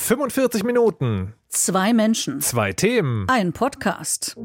45 Minuten. 2 Menschen. 2 Themen. Ein Podcast.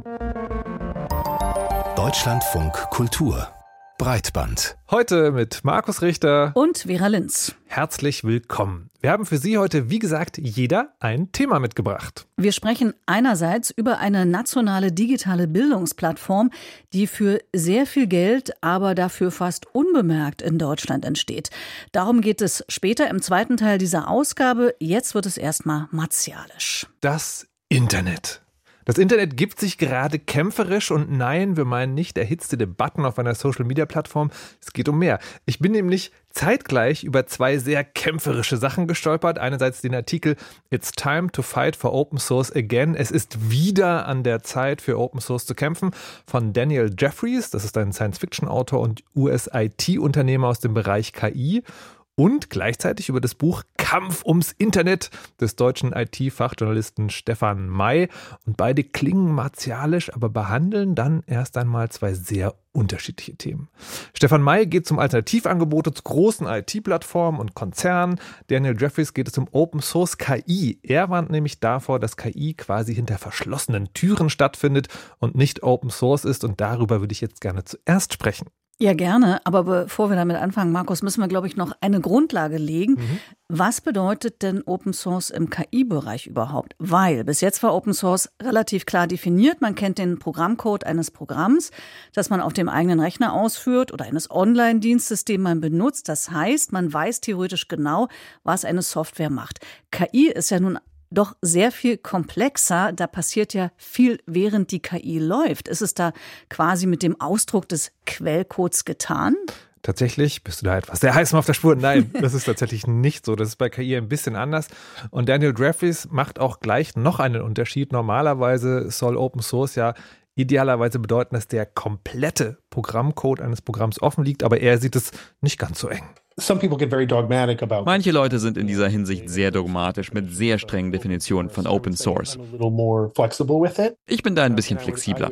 Deutschlandfunk Kultur. Breitband. Heute mit Markus Richter und Vera Linz. Herzlich willkommen. Wir haben für Sie heute, wie gesagt, jeder ein Thema mitgebracht. Wir sprechen einerseits über eine nationale digitale Bildungsplattform, die für sehr viel Geld, aber dafür fast unbemerkt in Deutschland entsteht. Darum geht es später im zweiten Teil dieser Ausgabe. Jetzt wird es erstmal martialisch. Das Internet. Das Internet gibt sich gerade kämpferisch und nein, wir meinen nicht erhitzte Debatten auf einer Social-Media-Plattform. Es geht um mehr. Ich bin nämlich zeitgleich über 2 sehr kämpferische Sachen gestolpert. Einerseits den Artikel It's time to fight for open source again. Es ist wieder an der Zeit, für Open Source zu kämpfen, von Daniel Jeffries. Das ist ein Science-Fiction-Autor und US-IT-Unternehmer aus dem Bereich KI. Und gleichzeitig über das Buch Kampf ums Internet des deutschen IT-Fachjournalisten Stefan May. Und beide klingen martialisch, aber behandeln dann erst einmal 2 sehr unterschiedliche Themen. Stefan May geht um Alternativangebote zu großen IT-Plattformen und Konzernen. Daniel Jeffries geht es um Open Source KI. Er warnt nämlich davor, dass KI quasi hinter verschlossenen Türen stattfindet und nicht Open Source ist. Und darüber würde ich jetzt gerne zuerst sprechen. Ja, gerne. Aber bevor wir damit anfangen, Markus, müssen wir, glaube ich, noch eine Grundlage legen. Was bedeutet denn Open Source im KI-Bereich überhaupt? Weil bis jetzt war Open Source relativ klar definiert. Man kennt den Programmcode eines Programms, das man auf dem eigenen Rechner ausführt oder eines Online-Dienstes, den man benutzt. Das heißt, man weiß theoretisch genau, was eine Software macht. KI ist ja nun doch sehr viel komplexer. Da passiert ja viel, während die KI läuft. Ist es da quasi mit dem Ausdruck des Quellcodes getan? Tatsächlich bist du da etwas sehr heiß auf der Spur. Nein, das ist tatsächlich nicht so. Das ist bei KI ein bisschen anders. Und Daniel Jeffries macht auch gleich noch einen Unterschied. Normalerweise soll Open Source ja idealerweise bedeuten, dass der komplette Programmcode eines Programms offen liegt. Aber er sieht es nicht ganz so eng. Manche Leute sind in dieser Hinsicht sehr dogmatisch mit sehr strengen Definitionen von Open Source. Ich bin da ein bisschen flexibler.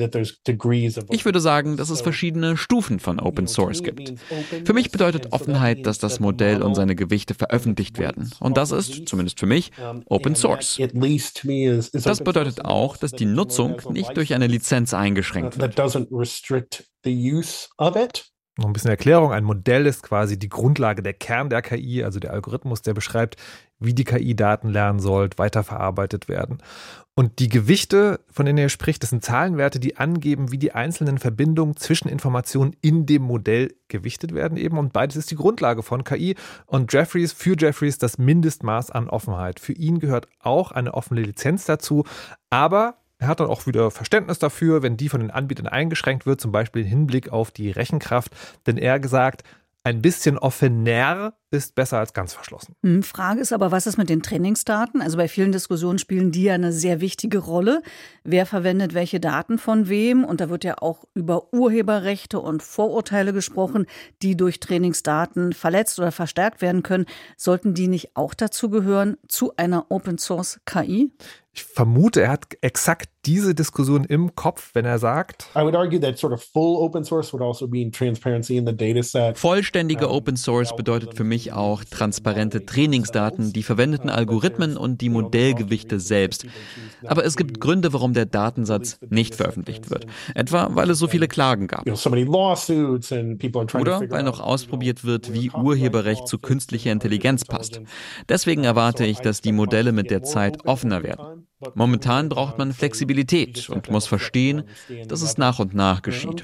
Ich würde sagen, dass es verschiedene Stufen von Open Source gibt. Für mich bedeutet Offenheit, dass das Modell und seine Gewichte veröffentlicht werden. Und das ist, zumindest für mich, Open Source. Das bedeutet auch, dass die Nutzung nicht durch eine Lizenz eingeschränkt wird. Noch ein bisschen Erklärung. Ein Modell ist quasi die Grundlage, der Kern der KI, also der Algorithmus, der beschreibt, wie die KI Daten lernen soll, weiterverarbeitet werden. Und die Gewichte, von denen er spricht, das sind Zahlenwerte, die angeben, wie die einzelnen Verbindungen zwischen Informationen in dem Modell gewichtet werden eben. Und beides ist die Grundlage von KI. Und für Jeffries das Mindestmaß an Offenheit. Für ihn gehört auch eine offene Lizenz dazu, aber er hat dann auch wieder Verständnis dafür, wenn die von den Anbietern eingeschränkt wird, zum Beispiel im Hinblick auf die Rechenkraft. Denn er gesagt, ein bisschen offener ist besser als ganz verschlossen. Frage ist aber, was ist mit den Trainingsdaten? Also bei vielen Diskussionen spielen die ja eine sehr wichtige Rolle. Wer verwendet welche Daten von wem? Und da wird ja auch über Urheberrechte und Vorurteile gesprochen, die durch Trainingsdaten verletzt oder verstärkt werden können. Sollten die nicht auch dazu gehören, zu einer Open-Source-KI? Ich vermute, er hat exakt diese Diskussion im Kopf, wenn er sagt, vollständige Open Source bedeutet für mich auch transparente Trainingsdaten, die verwendeten Algorithmen und die Modellgewichte selbst. Aber es gibt Gründe, warum der Datensatz nicht veröffentlicht wird. Etwa, weil es so viele Klagen gab. Oder weil noch ausprobiert wird, wie Urheberrecht zu künstlicher Intelligenz passt. Deswegen erwarte ich, dass die Modelle mit der Zeit offener werden. Momentan braucht man Flexibilität und muss verstehen, dass es nach und nach geschieht.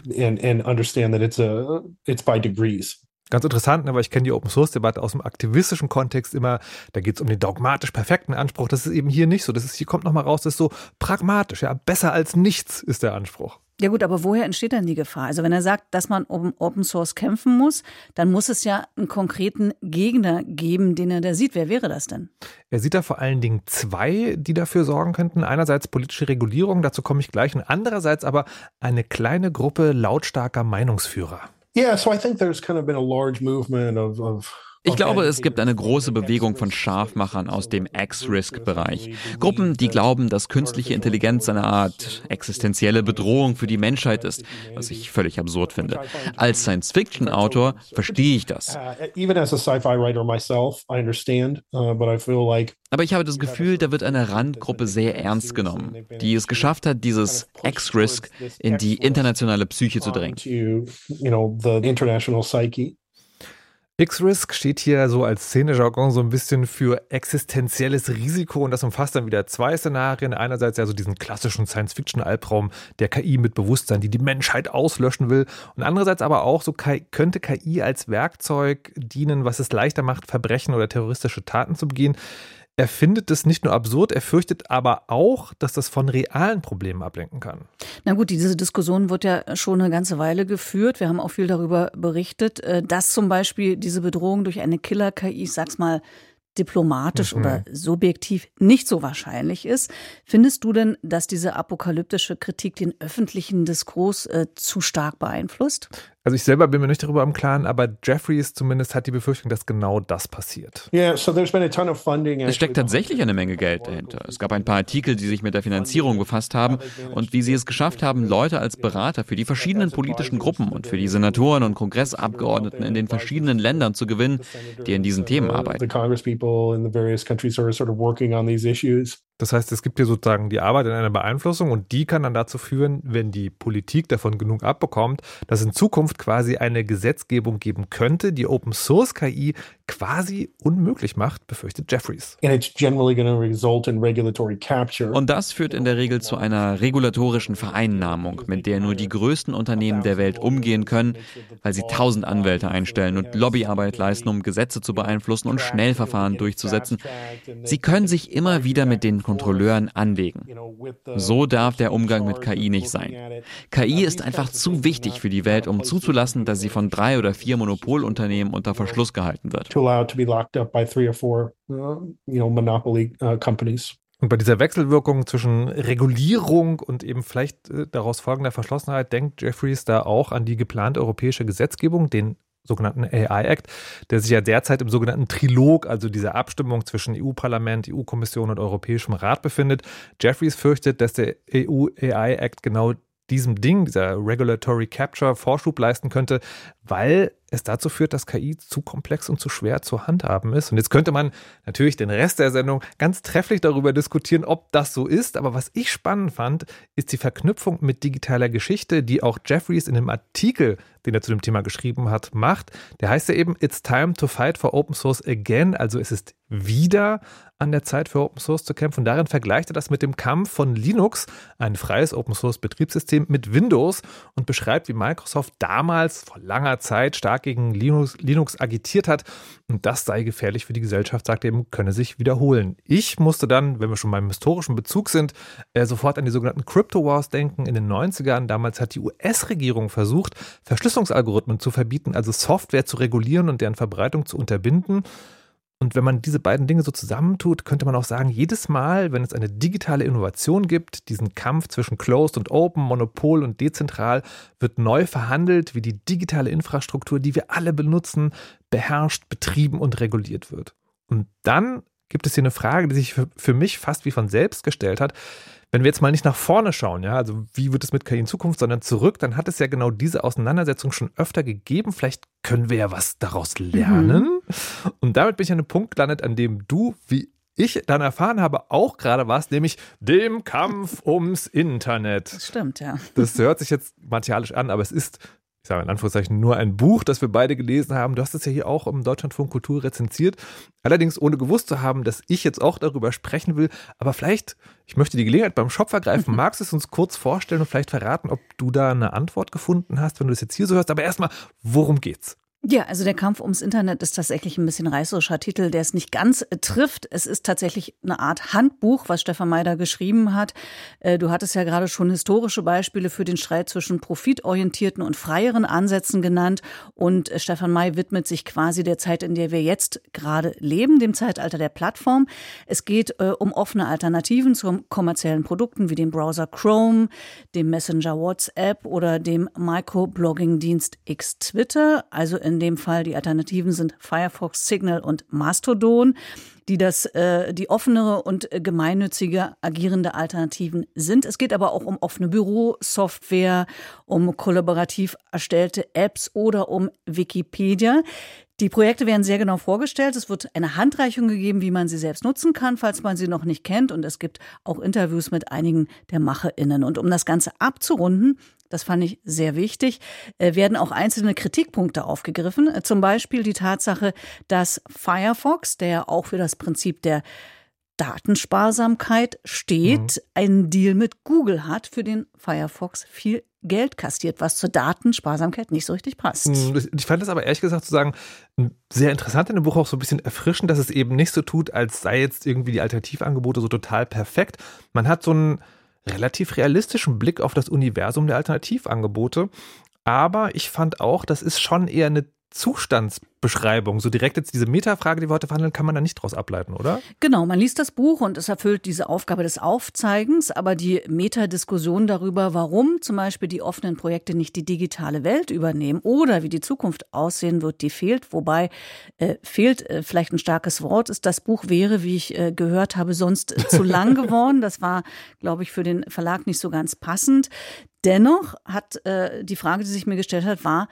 Ganz interessant, aber ich kenne die Open-Source-Debatte aus dem aktivistischen Kontext immer, da geht es um den dogmatisch perfekten Anspruch. Das ist eben hier nicht so. Hier kommt nochmal raus, das ist so pragmatisch. Ja, besser als nichts ist der Anspruch. Ja gut, aber woher entsteht dann die Gefahr? Also wenn er sagt, dass man um Open Source kämpfen muss, dann muss es ja einen konkreten Gegner geben, den er da sieht. Wer wäre das denn? Er sieht da vor allen Dingen 2, die dafür sorgen könnten. Einerseits politische Regulierung, dazu komme ich gleich. Und andererseits aber eine kleine Gruppe lautstarker Meinungsführer. Yeah, so I think there's kind of been a large movement of Ich glaube, es gibt eine große Bewegung von Scharfmachern aus dem X-Risk-Bereich. Gruppen, die glauben, dass künstliche Intelligenz eine Art existenzielle Bedrohung für die Menschheit ist, was ich völlig absurd finde. Als Science-Fiction-Autor verstehe ich das. Aber ich habe das Gefühl, da wird eine Randgruppe sehr ernst genommen, die es geschafft hat, dieses X-Risk in die internationale Psyche zu drängen. X-Risk steht hier so als Szenejargon so ein bisschen für existenzielles Risiko und das umfasst dann wieder zwei Szenarien. Einerseits ja so diesen klassischen Science-Fiction-Albtraum der KI mit Bewusstsein, die die Menschheit auslöschen will. Und andererseits aber auch so könnte KI als Werkzeug dienen, was es leichter macht, Verbrechen oder terroristische Taten zu begehen. Er findet es nicht nur absurd, er fürchtet aber auch, dass das von realen Problemen ablenken kann. Na gut, diese Diskussion wird ja schon eine ganze Weile geführt. Wir haben auch viel darüber berichtet, dass zum Beispiel diese Bedrohung durch eine Killer-KI, ich sag's mal diplomatisch oder subjektiv, nicht so wahrscheinlich ist. Findest du denn, dass diese apokalyptische Kritik den öffentlichen Diskurs zu stark beeinflusst? Also ich selber bin mir nicht darüber im Klaren, aber Jeffries zumindest hat die Befürchtung, dass genau das passiert. Es steckt tatsächlich eine Menge Geld dahinter. Es gab ein paar Artikel, die sich mit der Finanzierung befasst haben und wie sie es geschafft haben, Leute als Berater für die verschiedenen politischen Gruppen und für die Senatoren und Kongressabgeordneten in den verschiedenen Ländern zu gewinnen, die an diesen Themen arbeiten. Das heißt, es gibt hier sozusagen die Arbeit in einer Beeinflussung und die kann dann dazu führen, wenn die Politik davon genug abbekommt, dass in Zukunft quasi eine Gesetzgebung geben könnte, die Open-Source-KI quasi unmöglich macht, befürchtet Jeffries. Und das führt in der Regel zu einer regulatorischen Vereinnahmung, mit der nur die größten Unternehmen der Welt umgehen können, weil sie 1000 Anwälte einstellen und Lobbyarbeit leisten, um Gesetze zu beeinflussen und Schnellverfahren durchzusetzen. Sie können sich immer wieder mit den Kontrolleuren anlegen. So darf der Umgang mit KI nicht sein. KI ist einfach zu wichtig für die Welt, um zuzulassen, dass sie von 3 oder 4 Monopolunternehmen unter Verschluss gehalten wird. Und bei dieser Wechselwirkung zwischen Regulierung und eben vielleicht daraus folgender Verschlossenheit denkt Jeffries da auch an die geplante europäische Gesetzgebung, den sogenannten AI-Act, der sich ja derzeit im sogenannten Trilog, also dieser Abstimmung zwischen EU-Parlament, EU-Kommission und Europäischem Rat befindet. Jeffries fürchtet, dass der EU-AI-Act genau diesem Ding, dieser Regulatory Capture, Vorschub leisten könnte, weil es dazu führt, dass KI zu komplex und zu schwer zu handhaben ist. Und jetzt könnte man natürlich den Rest der Sendung ganz trefflich darüber diskutieren, ob das so ist. Aber was ich spannend fand, ist die Verknüpfung mit digitaler Geschichte, die auch Jeffries in dem Artikel, den er zu dem Thema geschrieben hat, macht. Der heißt ja eben, It's time to fight for open source again. Also es ist wieder an der Zeit für Open Source zu kämpfen. Und darin vergleicht er das mit dem Kampf von Linux, ein freies Open Source Betriebssystem, mit Windows und beschreibt, wie Microsoft damals vor langer Zeit stark gegen Linux agitiert hat. Und das sei gefährlich für die Gesellschaft, sagt er eben, könne sich wiederholen. Ich musste dann, wenn wir schon beim historischen Bezug sind, sofort an die sogenannten Crypto Wars denken. In den 90ern, damals hat die US-Regierung versucht, Verschlüsselungsalgorithmen zu verbieten, also Software zu regulieren und deren Verbreitung zu unterbinden. Und wenn man diese beiden Dinge so zusammentut, könnte man auch sagen, jedes Mal, wenn es eine digitale Innovation gibt, diesen Kampf zwischen Closed und Open, Monopol und dezentral, wird neu verhandelt, wie die digitale Infrastruktur, die wir alle benutzen, beherrscht, betrieben und reguliert wird. Und dann gibt es hier eine Frage, die sich für mich fast wie von selbst gestellt hat. Wenn wir jetzt mal nicht nach vorne schauen, ja, also wie wird es mit KI in Zukunft, sondern zurück, dann hat es ja genau diese Auseinandersetzung schon öfter gegeben. Vielleicht können wir ja was daraus lernen. Und damit bin ich an einem Punkt gelandet, an dem du, wie ich dann erfahren habe, auch gerade warst, nämlich dem Kampf ums Internet. Das stimmt, ja. Das hört sich jetzt martialisch an, aber es ist, ich sage in Anführungszeichen, nur ein Buch, das wir beide gelesen haben. Du hast es ja hier auch im Deutschlandfunk Kultur rezensiert. Allerdings ohne gewusst zu haben, dass ich jetzt auch darüber sprechen will. Aber vielleicht, ich möchte die Gelegenheit beim Shop ergreifen. Magst du es uns kurz vorstellen und vielleicht verraten, ob du da eine Antwort gefunden hast, wenn du das jetzt hier so hörst? Aber erstmal, worum geht's? Ja, also der Kampf ums Internet ist tatsächlich ein bisschen reißerischer Titel, der es nicht ganz trifft. Es ist tatsächlich eine Art Handbuch, was Stefan May da geschrieben hat. Du hattest ja gerade schon historische Beispiele für den Streit zwischen profitorientierten und freieren Ansätzen genannt. Und Stefan May widmet sich quasi der Zeit, in der wir jetzt gerade leben, dem Zeitalter der Plattform. Es geht um offene Alternativen zu kommerziellen Produkten wie dem Browser Chrome, dem Messenger WhatsApp oder dem Microblogging-Dienst X Twitter. Also in in dem Fall. Die Alternativen sind Firefox, Signal und Mastodon, die offenere und gemeinnützige agierende Alternativen sind. Es geht aber auch um offene Bürosoftware, um kollaborativ erstellte Apps oder um Wikipedia. Die Projekte werden sehr genau vorgestellt. Es wird eine Handreichung gegeben, wie man sie selbst nutzen kann, falls man sie noch nicht kennt. Und es gibt auch Interviews mit einigen der MacherInnen. Und um das Ganze abzurunden, das fand ich sehr wichtig, werden auch einzelne Kritikpunkte aufgegriffen. Zum Beispiel die Tatsache, dass Firefox, der auch für das Prinzip der Datensparsamkeit steht, einen Deal mit Google hat, für den Firefox viel Geld kassiert, was zur Datensparsamkeit nicht so richtig passt. Ich fand das aber ehrlich gesagt zu sagen sehr interessant in dem Buch, auch so ein bisschen erfrischend, dass es eben nicht so tut, als sei jetzt irgendwie die Alternativangebote so total perfekt. Man hat so einen relativ realistischen Blick auf das Universum der Alternativangebote. Aber ich fand auch, das ist schon eher eine Zustandsbeschreibung. So direkt jetzt diese Metafrage, die wir heute verhandeln, kann man da nicht draus ableiten, oder? Genau, man liest das Buch und es erfüllt diese Aufgabe des Aufzeigens, aber die Metadiskussion darüber, warum zum Beispiel die offenen Projekte nicht die digitale Welt übernehmen oder wie die Zukunft aussehen wird, die fehlt. Wobei fehlt vielleicht ein starkes Wort ist. Das Buch wäre, wie ich gehört habe, sonst zu lang geworden. Das war, glaube ich, für den Verlag nicht so ganz passend. Dennoch hat die Frage, die sich mir gestellt hat, war,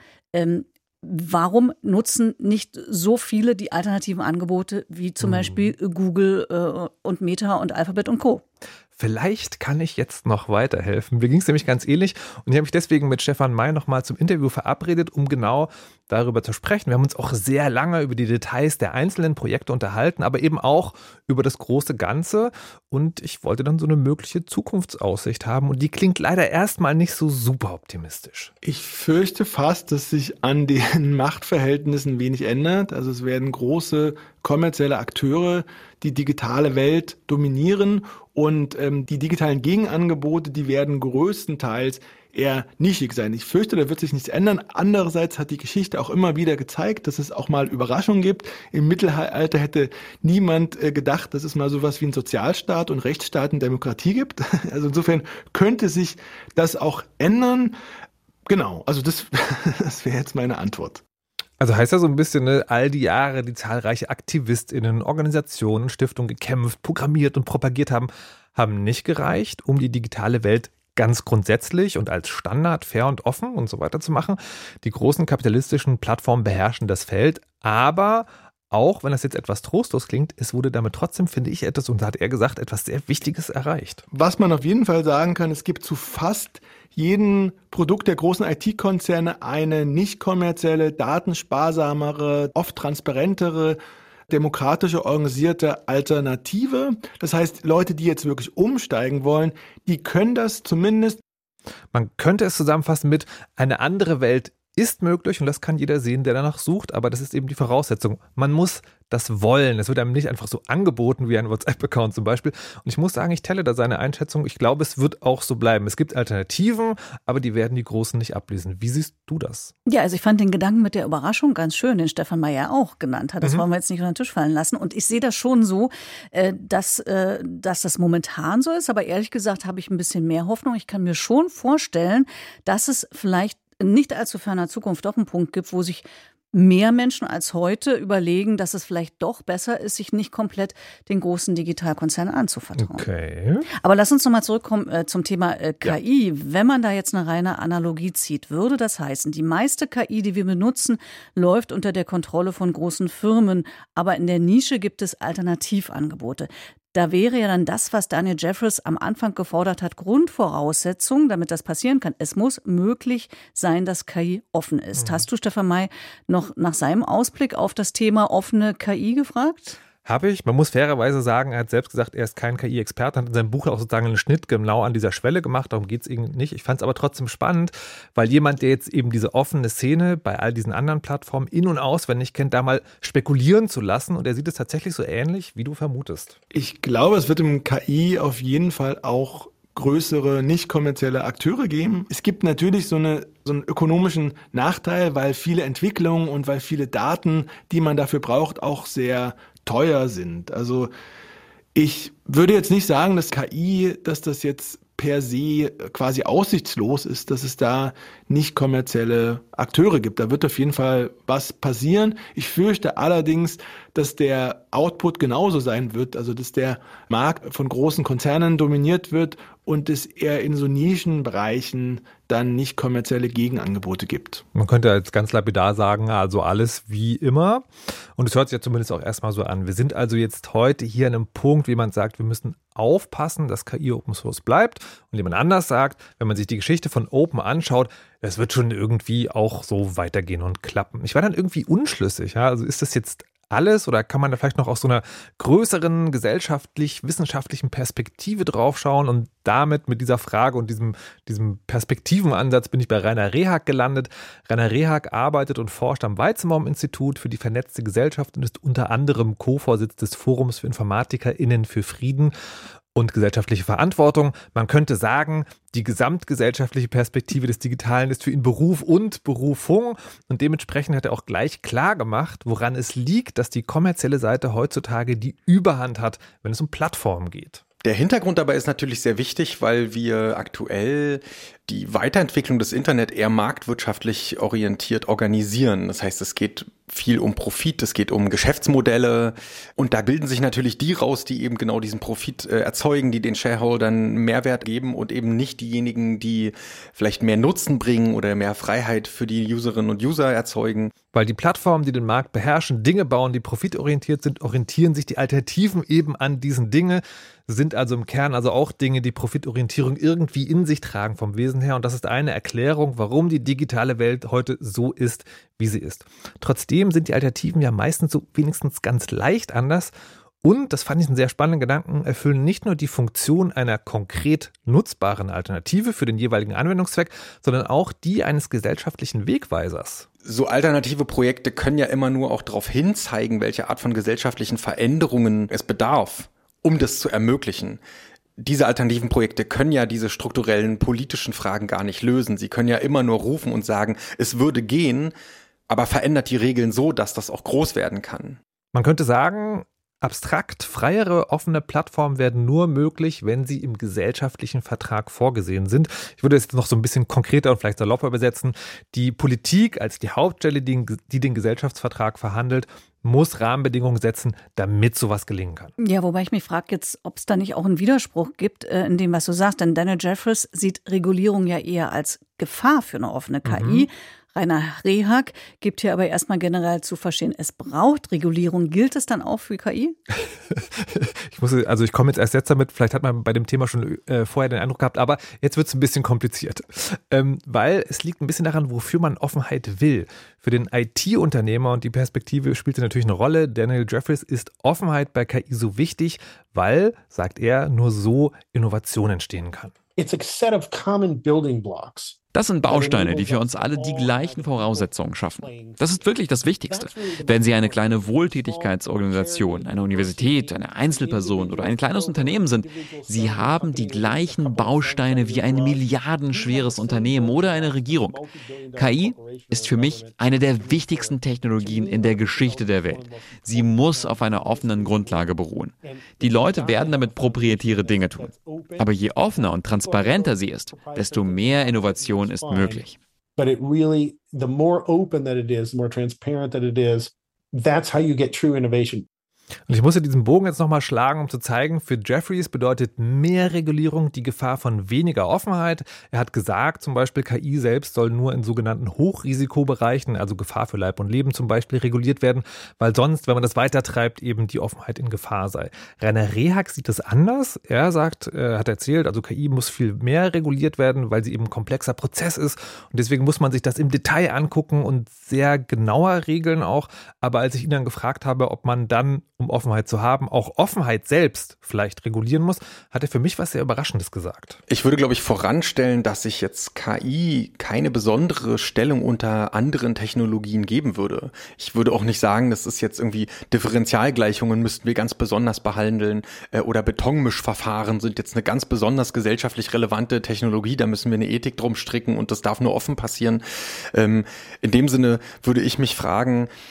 warum nutzen nicht so viele die alternativen Angebote wie zum Beispiel Google und Meta und Alphabet und Co.? Vielleicht kann ich jetzt noch weiterhelfen. Mir ging es nämlich ganz ähnlich und ich habe mich deswegen mit Stefan May nochmal zum Interview verabredet, um genau darüber zu sprechen. Wir haben uns auch sehr lange über die Details der einzelnen Projekte unterhalten, aber eben auch über das große Ganze. Und ich wollte dann so eine mögliche Zukunftsaussicht haben und die klingt leider erstmal nicht so super optimistisch. Ich fürchte fast, dass sich an den Machtverhältnissen wenig ändert. Also es werden große kommerzielle Akteure die digitale Welt dominieren und die digitalen Gegenangebote, die werden größtenteils eher nischig sein. Ich fürchte, da wird sich nichts ändern. Andererseits hat die Geschichte auch immer wieder gezeigt, dass es auch mal Überraschungen gibt. Im Mittelalter hätte niemand gedacht, dass es mal sowas wie einen Sozialstaat und Rechtsstaat und Demokratie gibt. Also insofern könnte sich das auch ändern. Genau, also das wäre jetzt meine Antwort. Also heißt ja so ein bisschen, ne, all die Jahre, die zahlreiche AktivistInnen, Organisationen, Stiftungen gekämpft, programmiert und propagiert haben, haben nicht gereicht, um die digitale Welt ganz grundsätzlich und als Standard fair und offen und so weiter zu machen. Die großen kapitalistischen Plattformen beherrschen das Feld, aber auch, wenn das jetzt etwas trostlos klingt, es wurde damit trotzdem, finde ich, etwas, und da hat er gesagt, etwas sehr Wichtiges erreicht. Was man auf jeden Fall sagen kann, es gibt zu fast jedem Produkt der großen IT-Konzerne eine nicht kommerzielle, datensparsamere, oft transparentere, demokratische, organisierte Alternative. Das heißt, Leute, die jetzt wirklich umsteigen wollen, die können das zumindest. Man könnte es zusammenfassen mit: eine andere Welt ist möglich und das kann jeder sehen, der danach sucht, aber das ist eben die Voraussetzung. Man muss das wollen. Es wird einem nicht einfach so angeboten wie ein WhatsApp-Account zum Beispiel. Und ich muss sagen, ich teile da seine Einschätzung. Ich glaube, es wird auch so bleiben. Es gibt Alternativen, aber die werden die Großen nicht ablesen. Wie siehst du das? Ja, also ich fand den Gedanken mit der Überraschung ganz schön, den Stefan May auch genannt hat. Das wollen wir jetzt nicht unter den Tisch fallen lassen. Und ich sehe das schon so, dass das momentan so ist. Aber ehrlich gesagt habe ich ein bisschen mehr Hoffnung. Ich kann mir schon vorstellen, dass es vielleicht nicht allzu ferner Zukunft doch einen Punkt gibt, wo sich mehr Menschen als heute überlegen, dass es vielleicht doch besser ist, sich nicht komplett den großen Digitalkonzernen anzuvertrauen. Okay. Aber lass uns nochmal zurückkommen zum Thema KI. Ja. Wenn man da jetzt eine reine Analogie zieht, würde das heißen, die meiste KI, die wir benutzen, läuft unter der Kontrolle von großen Firmen, aber in der Nische gibt es Alternativangebote. Da wäre ja dann das, was Daniel Jeffries am Anfang gefordert hat, Grundvoraussetzung, damit das passieren kann. Es muss möglich sein, dass KI offen ist. Hast du Stefan May noch nach seinem Ausblick auf das Thema offene KI gefragt? Habe ich. Man muss fairerweise sagen, er hat selbst gesagt, er ist kein KI-Experte, hat in seinem Buch auch sozusagen einen Schnitt genau an dieser Schwelle gemacht, darum geht es ihm nicht. Ich fand es aber trotzdem spannend, weil jemand, der jetzt eben diese offene Szene bei all diesen anderen Plattformen in- und auswendig kennt, da mal spekulieren zu lassen, und er sieht es tatsächlich so ähnlich, wie du vermutest. Ich glaube, es wird im KI auf jeden Fall auch größere, nicht kommerzielle Akteure geben. Es gibt natürlich so einen ökonomischen Nachteil, weil viele Entwicklungen und weil viele Daten, die man dafür braucht, auch sehr teuer sind. Also ich würde jetzt nicht sagen, dass KI, dass das jetzt per se quasi aussichtslos ist, dass es da nicht kommerzielle Akteure gibt. Da wird auf jeden Fall was passieren. Ich fürchte allerdings, dass der Output genauso sein wird, also dass der Markt von großen Konzernen dominiert wird und es eher in so Nischenbereichen dann nicht kommerzielle Gegenangebote gibt. Man könnte jetzt ganz lapidar sagen, also alles wie immer. Und es hört sich ja zumindest auch erstmal so an. Wir sind also jetzt heute hier an einem Punkt, wie man sagt, wir müssen aufpassen, dass KI Open Source bleibt. Und jemand anders sagt, wenn man sich die Geschichte von Open anschaut, das wird schon irgendwie auch so weitergehen und klappen. Ich war dann irgendwie unschlüssig. Ja? Also ist das jetzt alles oder kann man da vielleicht noch aus so einer größeren gesellschaftlich-wissenschaftlichen Perspektive draufschauen und damit mit dieser Frage und diesem Perspektivenansatz bin ich bei Rainer Rehag gelandet. Rainer Rehag arbeitet und forscht am Weizenbaum-Institut für die vernetzte Gesellschaft und ist unter anderem Co-Vorsitz des Forums für InformatikerInnen für Frieden und gesellschaftliche Verantwortung. Man könnte sagen, die gesamtgesellschaftliche Perspektive des Digitalen ist für ihn Beruf und Berufung. Und dementsprechend hat er auch gleich klar gemacht, woran es liegt, dass die kommerzielle Seite heutzutage die Überhand hat, wenn es um Plattformen geht. Der Hintergrund dabei ist natürlich sehr wichtig, weil wir aktuell die Weiterentwicklung des Internet eher marktwirtschaftlich orientiert organisieren. Das heißt, es geht viel um Profit, es geht um Geschäftsmodelle und da bilden sich natürlich die raus, die eben genau diesen Profit erzeugen, die den Shareholdern Mehrwert geben und eben nicht diejenigen, die vielleicht mehr Nutzen bringen oder mehr Freiheit für die Userinnen und User erzeugen. Weil die Plattformen, die den Markt beherrschen, Dinge bauen, die profitorientiert sind, orientieren sich die Alternativen eben an diesen Dinge, sind also im Kern also auch Dinge, die Profitorientierung irgendwie in sich tragen vom Wesen her. Und das ist eine Erklärung, warum die digitale Welt heute so ist, wie sie ist. Trotzdem sind die Alternativen ja meistens so wenigstens ganz leicht anders. Und, das fand ich einen sehr spannenden Gedanken, erfüllen nicht nur die Funktion einer konkret nutzbaren Alternative für den jeweiligen Anwendungszweck, sondern auch die eines gesellschaftlichen Wegweisers. So alternative Projekte können ja immer nur auch darauf hinzeigen, welche Art von gesellschaftlichen Veränderungen es bedarf, um das zu ermöglichen. Diese alternativen Projekte können ja diese strukturellen politischen Fragen gar nicht lösen. Sie können ja immer nur rufen und sagen, es würde gehen, aber verändert die Regeln so, dass das auch groß werden kann. Man könnte sagen, abstrakt freiere, offene Plattformen werden nur möglich, wenn sie im gesellschaftlichen Vertrag vorgesehen sind. Ich würde es jetzt noch so ein bisschen konkreter und vielleicht salopper übersetzen. Die Politik als die Hauptstelle, die den Gesellschaftsvertrag verhandelt, muss Rahmenbedingungen setzen, damit sowas gelingen kann. Ja, wobei ich mich frage jetzt, ob es da nicht auch einen Widerspruch gibt in dem, was du sagst. Denn Daniel Jeffries sieht Regulierung ja eher als Gefahr für eine offene KI. Rainer Rehag gibt hier aber erstmal generell zu verstehen, es braucht Regulierung. Gilt es dann auch für KI? Ich komme jetzt erst damit, vielleicht hat man bei dem Thema schon vorher den Eindruck gehabt, aber jetzt wird es ein bisschen kompliziert. Weil es liegt ein bisschen daran, wofür man Offenheit will. Für den IT-Unternehmer, und die Perspektive spielt natürlich eine Rolle, Daniel Jeffries, ist Offenheit bei KI so wichtig, weil, sagt er, nur so Innovation entstehen kann. It's a set of common building blocks. Das sind Bausteine, die für uns alle die gleichen Voraussetzungen schaffen. Das ist wirklich das Wichtigste. Wenn Sie eine kleine Wohltätigkeitsorganisation, eine Universität, eine Einzelperson oder ein kleines Unternehmen sind, Sie haben die gleichen Bausteine wie ein milliardenschweres Unternehmen oder eine Regierung. KI ist für mich eine der wichtigsten Technologien in der Geschichte der Welt. Sie muss auf einer offenen Grundlage beruhen. Die Leute werden damit proprietäre Dinge tun. Aber je offener und transparenter sie ist, desto mehr Innovation ist möglich. But it really, the more open that it is, the more transparent that it is, that's how you get true innovation. Und ich musste diesen Bogen jetzt nochmal schlagen, um zu zeigen, für Jeffries bedeutet mehr Regulierung die Gefahr von weniger Offenheit. Er hat gesagt, zum Beispiel KI selbst soll nur in sogenannten Hochrisikobereichen, also Gefahr für Leib und Leben zum Beispiel, reguliert werden, weil sonst, wenn man das weitertreibt, eben die Offenheit in Gefahr sei. Rainer Rehag sieht das anders. Er sagt, hat erzählt, also KI muss viel mehr reguliert werden, weil sie eben ein komplexer Prozess ist und deswegen muss man sich das im Detail angucken und sehr genauer regeln auch. Aber als ich ihn dann gefragt habe, ob man dann, um Offenheit zu haben, auch Offenheit selbst vielleicht regulieren muss, hat er für mich was sehr Überraschendes gesagt. Ich würde, glaube ich, voranstellen, dass sich jetzt KI keine besondere Stellung unter anderen Technologien geben würde. Ich würde auch nicht sagen, das ist jetzt irgendwie Differentialgleichungen müssten wir ganz besonders behandeln oder Betonmischverfahren sind jetzt eine ganz besonders gesellschaftlich relevante Technologie, da müssen wir eine Ethik drum stricken und das darf nur offen passieren. In dem Sinne würde ich mich fragen,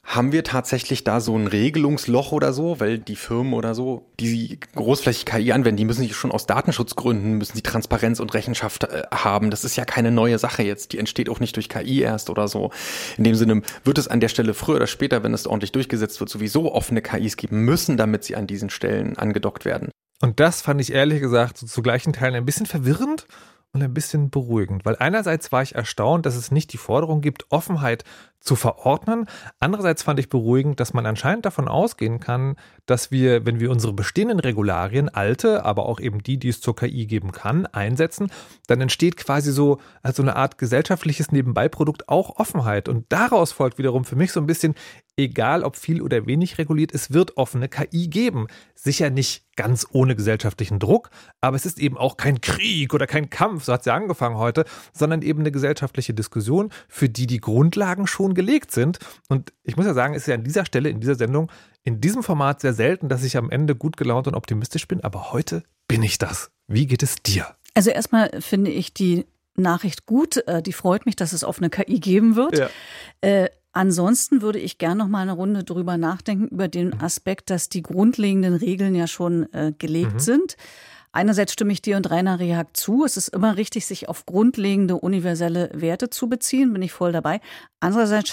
Haben wir tatsächlich da so ein Regelungsloch oder so? Weil die Firmen oder so, die großflächig KI anwenden, die müssen sich schon aus Datenschutzgründen, müssen die Transparenz und Rechenschaft haben. Das ist ja keine neue Sache jetzt. Die entsteht auch nicht durch KI erst oder so. In dem Sinne wird es an der Stelle früher oder später, wenn es ordentlich durchgesetzt wird, sowieso offene KIs geben müssen, damit sie an diesen Stellen angedockt werden. Und das fand ich ehrlich gesagt so zu gleichen Teilen ein bisschen verwirrend und ein bisschen beruhigend, weil einerseits war ich erstaunt, dass es nicht die Forderung gibt, Offenheit zu verordnen. Andererseits fand ich beruhigend, dass man anscheinend davon ausgehen kann, dass wir, wenn wir unsere bestehenden Regularien, alte, aber auch eben die es zur KI geben kann, einsetzen, dann entsteht quasi so als so eine Art gesellschaftliches Nebenbeiprodukt auch Offenheit. Und daraus folgt wiederum für mich so ein bisschen, egal ob viel oder wenig reguliert, es wird offene KI geben. Sicher nicht ganz ohne gesellschaftlichen Druck, aber es ist eben auch kein Krieg oder kein Kampf, so hat es ja angefangen heute, sondern eben eine gesellschaftliche Diskussion, für die Grundlagen schon gelegt sind. Und ich muss ja sagen, es ist ja an dieser Stelle, in dieser Sendung, in diesem Format sehr selten, dass ich am Ende gut gelaunt und optimistisch bin, aber heute bin ich das. Wie geht es dir? Also erstmal finde ich die Nachricht gut, die freut mich, dass es offene KI geben wird. Ja. Ansonsten würde ich gerne noch mal eine Runde drüber nachdenken, über den Aspekt, dass die grundlegenden Regeln ja schon gelegt sind. Einerseits stimme ich dir und Rainer Rehag zu. Es ist immer richtig, sich auf grundlegende universelle Werte zu beziehen. Bin ich voll dabei. Andererseits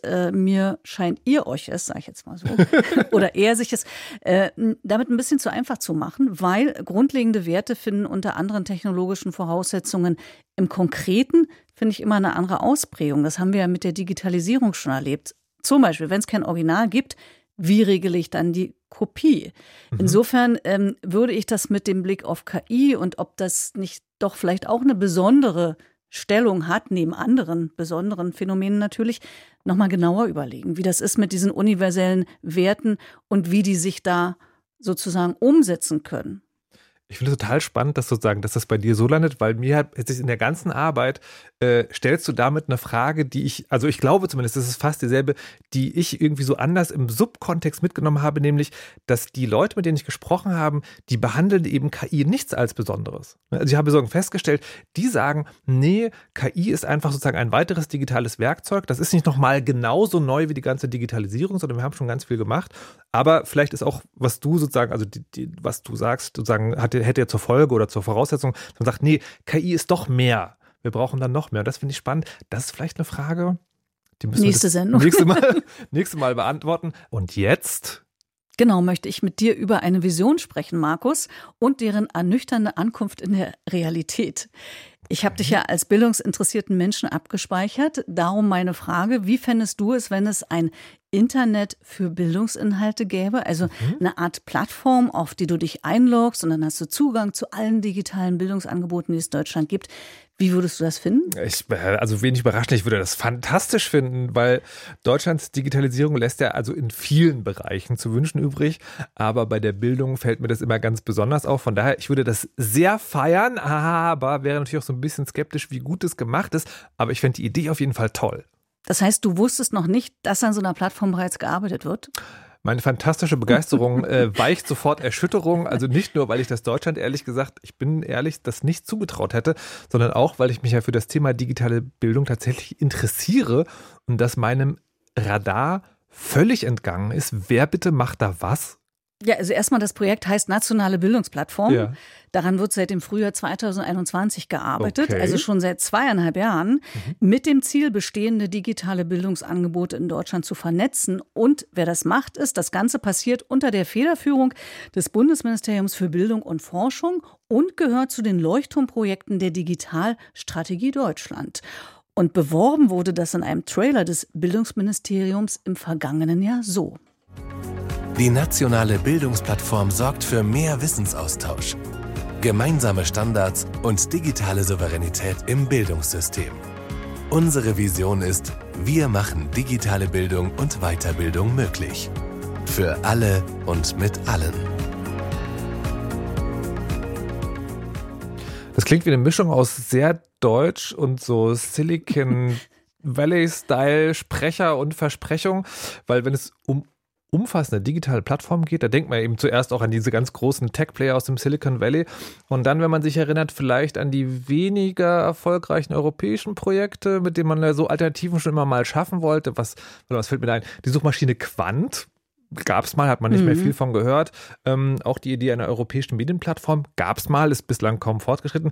scheint ihr euch es, sage ich jetzt mal so, oder er sich es damit ein bisschen zu einfach zu machen, weil grundlegende Werte finden unter anderen technologischen Voraussetzungen im Konkreten, finde ich, immer eine andere Ausprägung. Das haben wir ja mit der Digitalisierung schon erlebt. Zum Beispiel, wenn es kein Original gibt, wie regle ich dann die Kopie? Insofern würde ich das mit dem Blick auf KI und ob das nicht doch vielleicht auch eine besondere Stellung hat, neben anderen besonderen Phänomenen natürlich, nochmal genauer überlegen, wie das ist mit diesen universellen Werten und wie die sich da sozusagen umsetzen können. Ich finde es total spannend, dass das bei dir so landet, weil mir hat in der ganzen Arbeit stellst du damit eine Frage, die ich glaube zumindest, das ist fast dieselbe, die ich irgendwie so anders im Subkontext mitgenommen habe, nämlich, dass die Leute, mit denen ich gesprochen habe, die behandeln eben KI nichts als Besonderes. Also ich habe so festgestellt, die sagen, nee, KI ist einfach sozusagen ein weiteres digitales Werkzeug. Das ist nicht nochmal genauso neu wie die ganze Digitalisierung, sondern wir haben schon ganz viel gemacht. Aber vielleicht ist auch, was du sozusagen, also was du sagst, sozusagen hätte ja zur Folge oder zur Voraussetzung, dass man sagt, nee, KI ist doch mehr. Wir brauchen dann noch mehr. Und das finde ich spannend. Das ist vielleicht eine Frage, die müssen wir nächste Mal beantworten. Und jetzt? Genau, möchte ich mit dir über eine Vision sprechen, Markus, und deren ernüchternde Ankunft in der Realität. Ich habe dich ja als bildungsinteressierten Menschen abgespeichert. Darum meine Frage, wie fändest du es, wenn es ein Internet für Bildungsinhalte gäbe? Also eine Art Plattform, auf die du dich einloggst und dann hast du Zugang zu allen digitalen Bildungsangeboten, die es in Deutschland gibt. Wie würdest du das finden? Wenig überraschend, ich würde das fantastisch finden, weil Deutschlands Digitalisierung lässt ja also in vielen Bereichen zu wünschen übrig, aber bei der Bildung fällt mir das immer ganz besonders auf. Von daher, ich würde das sehr feiern, aber wäre natürlich auch so ein bisschen skeptisch, wie gut es gemacht ist, aber ich fände die Idee auf jeden Fall toll. Das heißt, du wusstest noch nicht, dass an so einer Plattform bereits gearbeitet wird? Meine fantastische Begeisterung weicht sofort Erschütterung. Also nicht nur, weil ich das Deutschland, ehrlich gesagt, ich bin ehrlich, das nicht zugetraut hätte, sondern auch, weil ich mich ja für das Thema digitale Bildung tatsächlich interessiere und das meinem Radar völlig entgangen ist. Wer bitte macht da was? Ja, also erstmal, das Projekt heißt Nationale Bildungsplattform. Ja. Daran wird seit dem Frühjahr 2021 gearbeitet, also schon seit 2,5 Jahren, mit dem Ziel, bestehende digitale Bildungsangebote in Deutschland zu vernetzen. Und wer das macht, das Ganze passiert unter der Federführung des Bundesministeriums für Bildung und Forschung und gehört zu den Leuchtturmprojekten der Digitalstrategie Deutschland. Und beworben wurde das in einem Trailer des Bildungsministeriums im vergangenen Jahr so. Die nationale Bildungsplattform sorgt für mehr Wissensaustausch, gemeinsame Standards und digitale Souveränität im Bildungssystem. Unsere Vision ist, wir machen digitale Bildung und Weiterbildung möglich. Für alle und mit allen. Das klingt wie eine Mischung aus sehr deutsch und so Silicon Valley-Style Sprecher und Versprechung, weil wenn es um umfassende digitale Plattform geht. Da denkt man eben zuerst auch an diese ganz großen Tech-Player aus dem Silicon Valley. Und dann, wenn man sich erinnert, vielleicht an die weniger erfolgreichen europäischen Projekte, mit denen man ja so Alternativen schon immer mal schaffen wollte. Was fällt mir da ein? Die Suchmaschine Quant. Gab es mal, hat man nicht mehr viel von gehört. Auch die Idee einer europäischen Medienplattform gab es mal, ist bislang kaum fortgeschritten.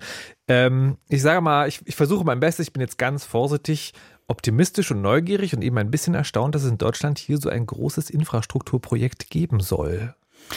Ich sage mal, ich versuche mein Bestes, ich bin jetzt ganz vorsichtig, optimistisch und neugierig und eben ein bisschen erstaunt, dass es in Deutschland hier so ein großes Infrastrukturprojekt geben soll.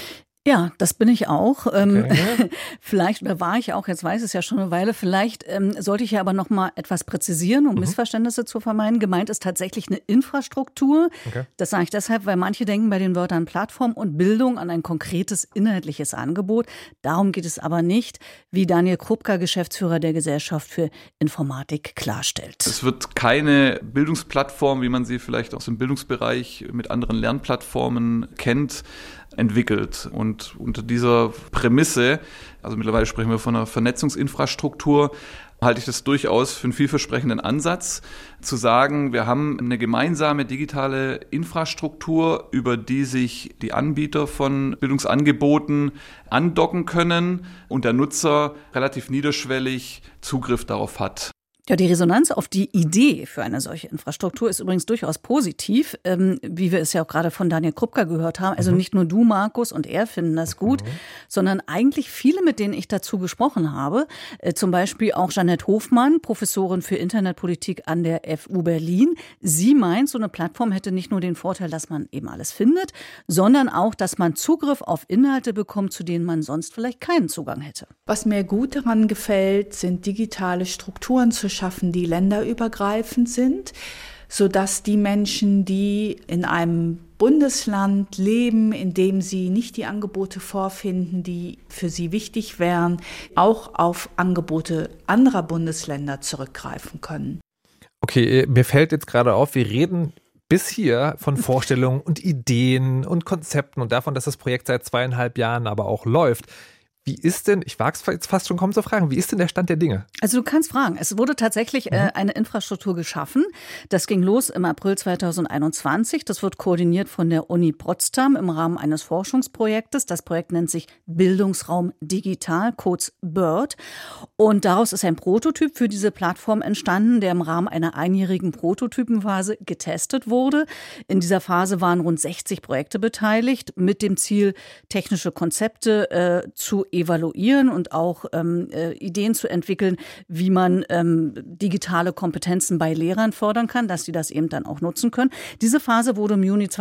Ja, das bin ich auch. Okay. Vielleicht, oder war ich auch, jetzt weiß es ja schon eine Weile, vielleicht sollte ich ja aber noch mal etwas präzisieren, um Missverständnisse zu vermeiden. Gemeint ist tatsächlich eine Infrastruktur. Okay. Das sage ich deshalb, weil manche denken bei den Wörtern Plattform und Bildung an ein konkretes inhaltliches Angebot. Darum geht es aber nicht, wie Daniel Krupka, Geschäftsführer der Gesellschaft für Informatik, klarstellt. Es wird keine Bildungsplattform, wie man sie vielleicht aus dem Bildungsbereich mit anderen Lernplattformen kennt, entwickelt. Und unter dieser Prämisse, also mittlerweile sprechen wir von einer Vernetzungsinfrastruktur, halte ich das durchaus für einen vielversprechenden Ansatz, zu sagen, wir haben eine gemeinsame digitale Infrastruktur, über die sich die Anbieter von Bildungsangeboten andocken können und der Nutzer relativ niederschwellig Zugriff darauf hat. Ja, die Resonanz auf die Idee für eine solche Infrastruktur ist übrigens durchaus positiv, wie wir es ja auch gerade von Daniel Krupka gehört haben. Also nicht nur du, Markus, und er finden das gut, sondern eigentlich viele, mit denen ich dazu gesprochen habe. Zum Beispiel auch Jeanette Hofmann, Professorin für Internetpolitik an der FU Berlin. Sie meint, so eine Plattform hätte nicht nur den Vorteil, dass man eben alles findet, sondern auch, dass man Zugriff auf Inhalte bekommt, zu denen man sonst vielleicht keinen Zugang hätte. Was mir gut daran gefällt, sind digitale Strukturen zu schaffen, die länderübergreifend sind, sodass die Menschen, die in einem Bundesland leben, in dem sie nicht die Angebote vorfinden, die für sie wichtig wären, auch auf Angebote anderer Bundesländer zurückgreifen können. Okay, mir fällt jetzt gerade auf, wir reden bis hier von Vorstellungen und Ideen und Konzepten und davon, dass das Projekt seit 2,5 Jahren aber auch läuft. Wie ist denn, ich wage es jetzt fast schon kaum zu fragen, wie ist denn der Stand der Dinge? Also du kannst fragen. Es wurde tatsächlich eine Infrastruktur geschaffen. Das ging los im April 2021. Das wird koordiniert von der Uni Potsdam im Rahmen eines Forschungsprojektes. Das Projekt nennt sich Bildungsraum Digital, kurz BIRD. Und daraus ist ein Prototyp für diese Plattform entstanden, der im Rahmen einer einjährigen Prototypenphase getestet wurde. In dieser Phase waren rund 60 Projekte beteiligt, mit dem Ziel, technische Konzepte zu evaluieren und auch Ideen zu entwickeln, wie man digitale Kompetenzen bei Lehrern fördern kann, dass sie das eben dann auch nutzen können. Diese Phase wurde im Juni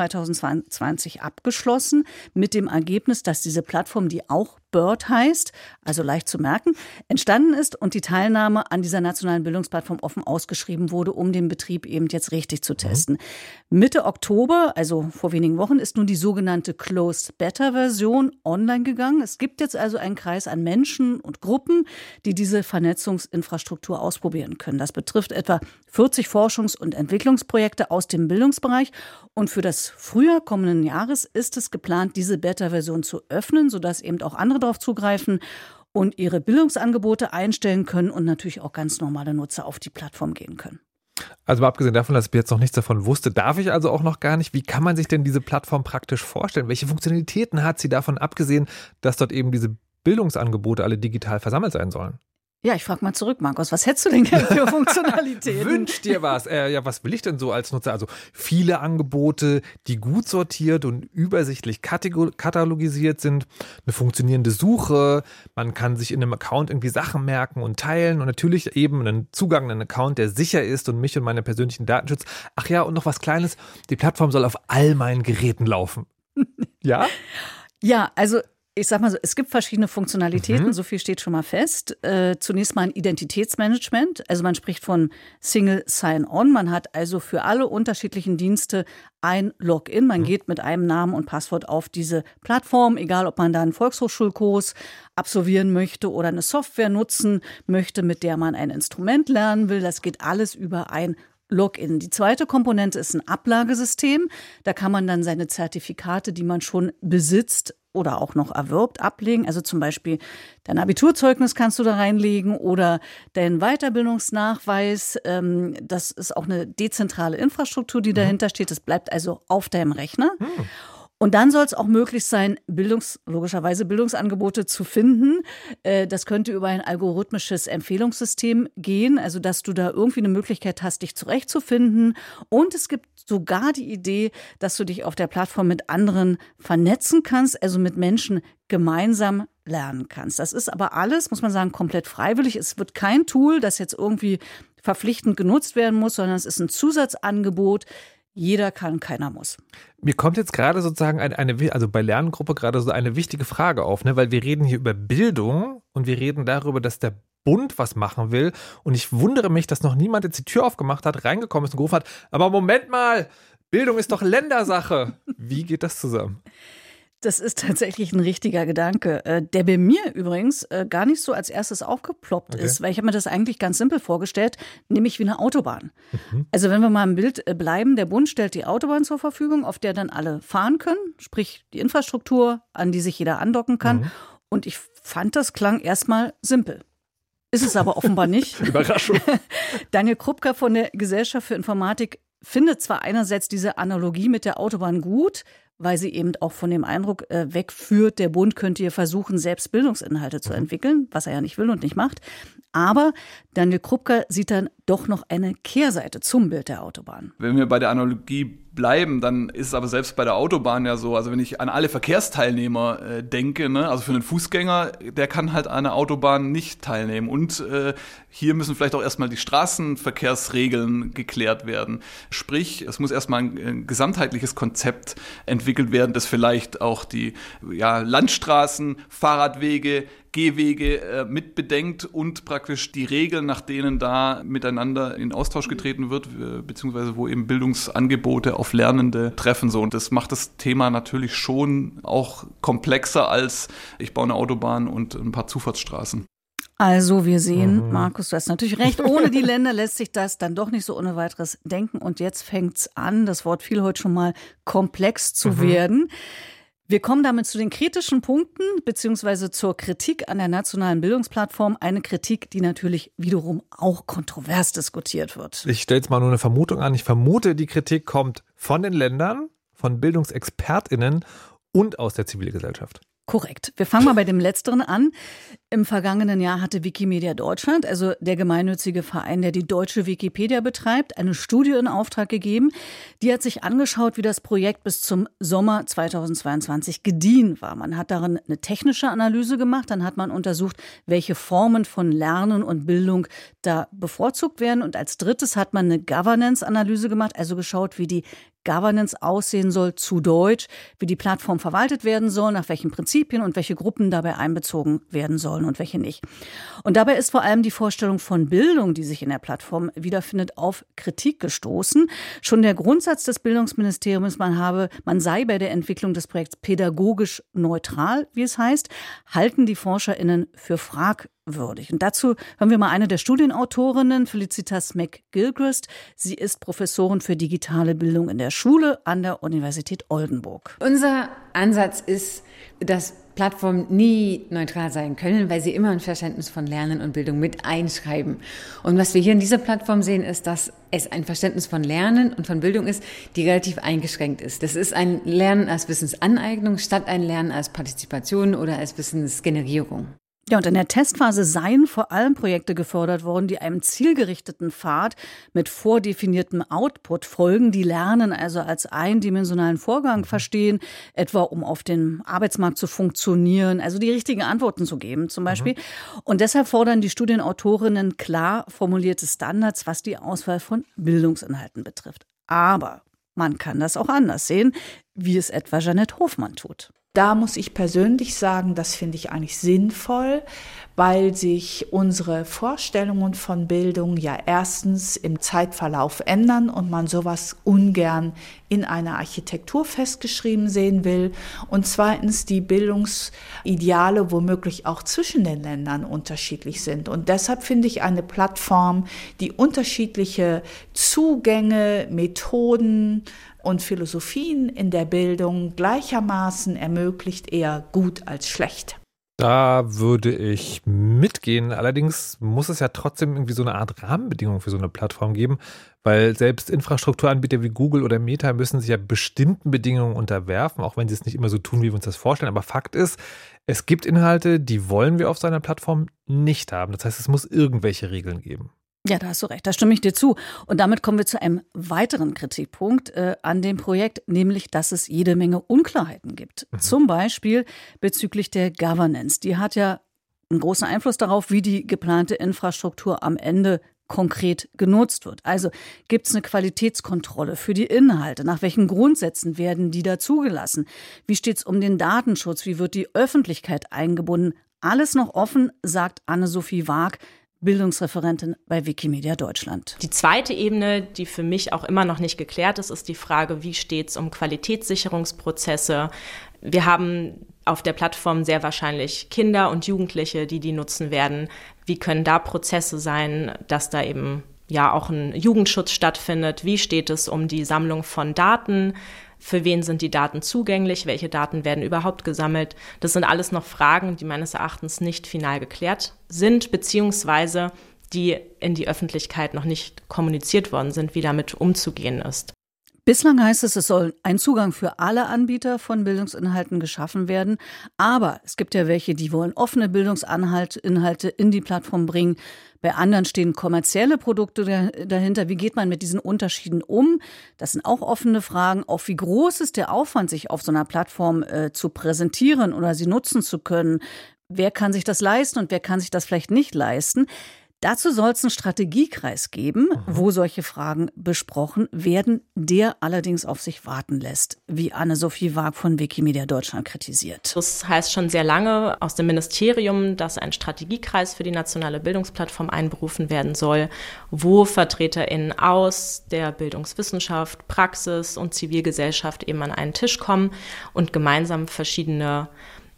2020 abgeschlossen mit dem Ergebnis, dass diese Plattform, die auch BIRD heißt, also leicht zu merken, entstanden ist und die Teilnahme an dieser nationalen Bildungsplattform offen ausgeschrieben wurde, um den Betrieb eben jetzt richtig zu testen. Mitte Oktober, also vor wenigen Wochen, ist nun die sogenannte Closed Beta-Version online gegangen. Es gibt jetzt also einen Kreis an Menschen und Gruppen, die diese Vernetzungsinfrastruktur ausprobieren können. Das betrifft etwa 40 Forschungs- und Entwicklungsprojekte aus dem Bildungsbereich. Und für das Frühjahr kommenden Jahres ist es geplant, diese Beta-Version zu öffnen, sodass eben auch andere darauf zugreifen und ihre Bildungsangebote einstellen können und natürlich auch ganz normale Nutzer auf die Plattform gehen können. Also mal abgesehen davon, dass ich jetzt noch nichts davon wusste, darf ich also auch noch gar nicht. Wie kann man sich denn diese Plattform praktisch vorstellen? Welche Funktionalitäten hat sie davon abgesehen, dass dort eben diese Bildungsangebote alle digital versammelt sein sollen? Ja, ich frage mal zurück, Markus, was hättest du denn gerne für Funktionalitäten? Wünsch dir was. Ja, was will ich denn so als Nutzer? Also viele Angebote, die gut sortiert und übersichtlich katalogisiert sind, eine funktionierende Suche, man kann sich in einem Account irgendwie Sachen merken und teilen und natürlich eben einen Zugang, einen Account, der sicher ist und mich und meine persönlichen Daten schützt. Ach ja, und noch was Kleines, die Plattform soll auf all meinen Geräten laufen. Ja? Ja, also ich sag mal so, es gibt verschiedene Funktionalitäten, so viel steht schon mal fest. Zunächst mal ein Identitätsmanagement, also man spricht von Single Sign-On. Man hat also für alle unterschiedlichen Dienste ein Login. Man geht mit einem Namen und Passwort auf diese Plattform, egal ob man da einen Volkshochschulkurs absolvieren möchte oder eine Software nutzen möchte, mit der man ein Instrument lernen will. Das geht alles über ein Login. Die zweite Komponente ist ein Ablagesystem. Da kann man dann seine Zertifikate, die man schon besitzt oder auch noch erwirbt, ablegen. Also zum Beispiel dein Abiturzeugnis kannst du da reinlegen oder deinen Weiterbildungsnachweis. Das ist auch eine dezentrale Infrastruktur, die dahinter steht. Das bleibt also auf deinem Rechner. Und dann soll es auch möglich sein, logischerweise Bildungsangebote zu finden. Das könnte über ein algorithmisches Empfehlungssystem gehen, also dass du da irgendwie eine Möglichkeit hast, dich zurechtzufinden. Und es gibt sogar die Idee, dass du dich auf der Plattform mit anderen vernetzen kannst, also mit Menschen gemeinsam lernen kannst. Das ist aber alles, muss man sagen, komplett freiwillig. Es wird kein Tool, das jetzt irgendwie verpflichtend genutzt werden muss, sondern es ist ein Zusatzangebot. Jeder kann, keiner muss. Mir kommt jetzt gerade sozusagen also bei Lerngruppe gerade so eine wichtige Frage auf, ne? Weil wir reden hier über Bildung und wir reden darüber, dass der Bund was machen will. Und ich wundere mich, dass noch niemand jetzt die Tür aufgemacht hat, reingekommen ist und gerufen hat, aber Moment mal, Bildung ist doch Ländersache. Wie geht das zusammen? Das ist tatsächlich ein richtiger Gedanke, der bei mir übrigens gar nicht so als erstes aufgeploppt ist, weil ich habe mir das eigentlich ganz simpel vorgestellt, nämlich wie eine Autobahn. Also wenn wir mal im Bild bleiben, der Bund stellt die Autobahn zur Verfügung, auf der dann alle fahren können, sprich die Infrastruktur, an die sich jeder andocken kann. Und ich fand, das klang erstmal simpel. Ist es aber offenbar nicht. Überraschung. Daniel Krupka von der Gesellschaft für Informatik findet zwar einerseits diese Analogie mit der Autobahn gut, weil sie eben auch von dem Eindruck wegführt, der Bund könnte hier versuchen, selbst Bildungsinhalte zu entwickeln, was er ja nicht will und nicht macht. Aber Daniel Krupka sieht dann doch noch eine Kehrseite zum Bild der Autobahn. Wenn wir bei der Analogie bleiben, dann ist es aber selbst bei der Autobahn ja so, also wenn ich an alle Verkehrsteilnehmer denke, ne, also für einen Fußgänger, der kann halt an einer Autobahn nicht teilnehmen. Und hier müssen vielleicht auch erstmal die Straßenverkehrsregeln geklärt werden. Sprich, es muss erstmal ein gesamtheitliches Konzept entwickelt werden, das vielleicht auch die Landstraßen, Fahrradwege, Gehwege mitbedenkt und praktisch die Regeln, nach denen da miteinander in Austausch getreten wird, beziehungsweise wo eben Bildungsangebote auf Lernende treffen. So. Und das macht das Thema natürlich schon auch komplexer als ich baue eine Autobahn und ein paar Zufahrtsstraßen. Also wir sehen, Markus, du hast natürlich recht, ohne die Länder lässt sich das dann doch nicht so ohne weiteres denken. Und jetzt fängt's an, das Wort fiel heute schon mal, komplex zu werden. Wir kommen damit zu den kritischen Punkten beziehungsweise zur Kritik an der nationalen Bildungsplattform. Eine Kritik, die natürlich wiederum auch kontrovers diskutiert wird. Ich stelle jetzt mal nur eine Vermutung an. Ich vermute, die Kritik kommt von den Ländern, von BildungsexpertInnen und aus der Zivilgesellschaft. Korrekt. Wir fangen mal bei dem Letzteren an. Im vergangenen Jahr hatte Wikimedia Deutschland, also der gemeinnützige Verein, der die deutsche Wikipedia betreibt, eine Studie in Auftrag gegeben. Die hat sich angeschaut, wie das Projekt bis zum Sommer 2022 gediehen war. Man hat darin eine technische Analyse gemacht, dann hat man untersucht, welche Formen von Lernen und Bildung da bevorzugt werden. Und als drittes hat man eine Governance-Analyse gemacht, also geschaut, wie die Governance aussehen soll, zu Deutsch, wie die Plattform verwaltet werden soll, nach welchen Prinzipien und welche Gruppen dabei einbezogen werden sollen und welche nicht. Und dabei ist vor allem die Vorstellung von Bildung, die sich in der Plattform wiederfindet, auf Kritik gestoßen. Schon der Grundsatz des Bildungsministeriums, man sei bei der Entwicklung des Projekts pädagogisch neutral, wie es heißt, halten die ForscherInnen für fragwürdig. Und dazu hören wir mal eine der Studienautorinnen, Felicitas McGilchrist. Sie ist Professorin für digitale Bildung in der Schule an der Universität Oldenburg. Unser Ansatz ist, dass Plattformen nie neutral sein können, weil sie immer ein Verständnis von Lernen und Bildung mit einschreiben. Und was wir hier in dieser Plattform sehen, ist, dass es ein Verständnis von Lernen und von Bildung ist, die relativ eingeschränkt ist. Das ist ein Lernen als Wissensaneignung statt ein Lernen als Partizipation oder als Wissensgenerierung. Ja, und in der Testphase seien vor allem Projekte gefördert worden, die einem zielgerichteten Pfad mit vordefiniertem Output folgen, die Lernen also als eindimensionalen Vorgang verstehen, etwa um auf dem Arbeitsmarkt zu funktionieren, also die richtigen Antworten zu geben zum Beispiel. Und deshalb fordern die Studienautorinnen klar formulierte Standards, was die Auswahl von Bildungsinhalten betrifft. Aber man kann das auch anders sehen, wie es etwa Jeanette Hofmann tut. Da muss ich persönlich sagen, das finde ich eigentlich sinnvoll, weil sich unsere Vorstellungen von Bildung ja erstens im Zeitverlauf ändern und man sowas ungern in einer Architektur festgeschrieben sehen will. Und zweitens die Bildungsideale womöglich auch zwischen den Ländern unterschiedlich sind. Und deshalb finde ich eine Plattform, die unterschiedliche Zugänge, Methoden und Philosophien in der Bildung gleichermaßen ermöglicht, eher gut als schlecht. Da würde ich mitgehen. Allerdings muss es ja trotzdem irgendwie so eine Art Rahmenbedingung für so eine Plattform geben, weil selbst Infrastrukturanbieter wie Google oder Meta müssen sich ja bestimmten Bedingungen unterwerfen, auch wenn sie es nicht immer so tun, wie wir uns das vorstellen. Aber Fakt ist, es gibt Inhalte, die wollen wir auf seiner Plattform nicht haben. Das heißt, es muss irgendwelche Regeln geben. Ja, da hast du recht, da stimme ich dir zu. Und damit kommen wir zu einem weiteren Kritikpunkt an dem Projekt, nämlich, dass es jede Menge Unklarheiten gibt. Zum Beispiel bezüglich der Governance. Die hat ja einen großen Einfluss darauf, wie die geplante Infrastruktur am Ende konkret genutzt wird. Also gibt es eine Qualitätskontrolle für die Inhalte? Nach welchen Grundsätzen werden die da zugelassen? Wie steht es um den Datenschutz? Wie wird die Öffentlichkeit eingebunden? Alles noch offen, sagt Anne-Sophie Waag, Bildungsreferentin bei Wikimedia Deutschland. Die zweite Ebene, die für mich auch immer noch nicht geklärt ist, ist die Frage, wie steht es um Qualitätssicherungsprozesse? Wir haben auf der Plattform sehr wahrscheinlich Kinder und Jugendliche, die nutzen werden. Wie können da Prozesse sein, dass da eben ja auch ein Jugendschutz stattfindet? Wie steht es um die Sammlung von Daten? Für wen sind die Daten zugänglich? Welche Daten werden überhaupt gesammelt? Das sind alles noch Fragen, die meines Erachtens nicht final geklärt sind, beziehungsweise die in die Öffentlichkeit noch nicht kommuniziert worden sind, wie damit umzugehen ist. Bislang heißt es soll ein Zugang für alle Anbieter von Bildungsinhalten geschaffen werden. Aber es gibt ja welche, die wollen offene Bildungsinhalte in die Plattform bringen. Bei anderen stehen kommerzielle Produkte dahinter. Wie geht man mit diesen Unterschieden um? Das sind auch offene Fragen. Auch wie groß ist der Aufwand, sich auf so einer Plattform zu präsentieren oder sie nutzen zu können? Wer kann sich das leisten und wer kann sich das vielleicht nicht leisten? Dazu soll es einen Strategiekreis geben, wo solche Fragen besprochen werden, der allerdings auf sich warten lässt, wie Anne-Sophie Waag von Wikimedia Deutschland kritisiert. Das heißt schon sehr lange aus dem Ministerium, dass ein Strategiekreis für die nationale Bildungsplattform einberufen werden soll, wo VertreterInnen aus der Bildungswissenschaft, Praxis und Zivilgesellschaft eben an einen Tisch kommen und gemeinsam verschiedene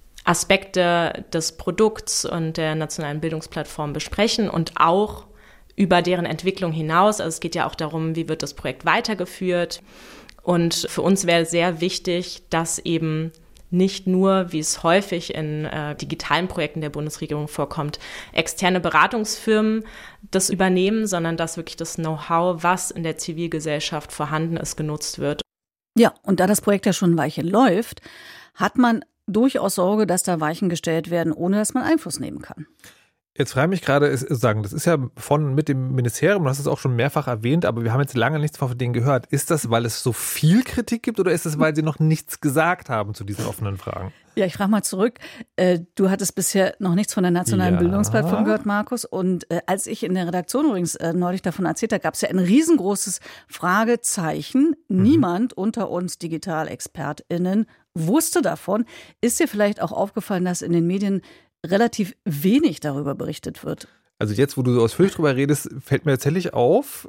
Aspekte des Produkts und der nationalen Bildungsplattform besprechen und auch über deren Entwicklung hinaus. Also es geht ja auch darum, wie wird das Projekt weitergeführt. Und für uns wäre sehr wichtig, dass eben nicht nur, wie es häufig in digitalen Projekten der Bundesregierung vorkommt, externe Beratungsfirmen das übernehmen, sondern dass wirklich das Know-how, was in der Zivilgesellschaft vorhanden ist, genutzt wird. Ja, und da das Projekt ja schon ein Weilchen läuft, hat man durchaus Sorge, dass da Weichen gestellt werden, ohne dass man Einfluss nehmen kann. Jetzt frage ich mich gerade, das ist ja mit dem Ministerium, das ist auch schon mehrfach erwähnt, aber wir haben jetzt lange nichts von denen gehört. Ist das, weil es so viel Kritik gibt oder ist es, weil sie noch nichts gesagt haben zu diesen offenen Fragen? Ja, ich frage mal zurück. Du hattest bisher noch nichts von der nationalen Bildungsplattform gehört, Markus. Und als ich in der Redaktion übrigens neulich davon erzählt habe, gab es ja ein riesengroßes Fragezeichen. Niemand unter uns DigitalexpertInnen wusste davon. Ist dir vielleicht auch aufgefallen, dass in den Medien relativ wenig darüber berichtet wird? Also jetzt, wo du so ausführlich drüber redest, fällt mir tatsächlich auf,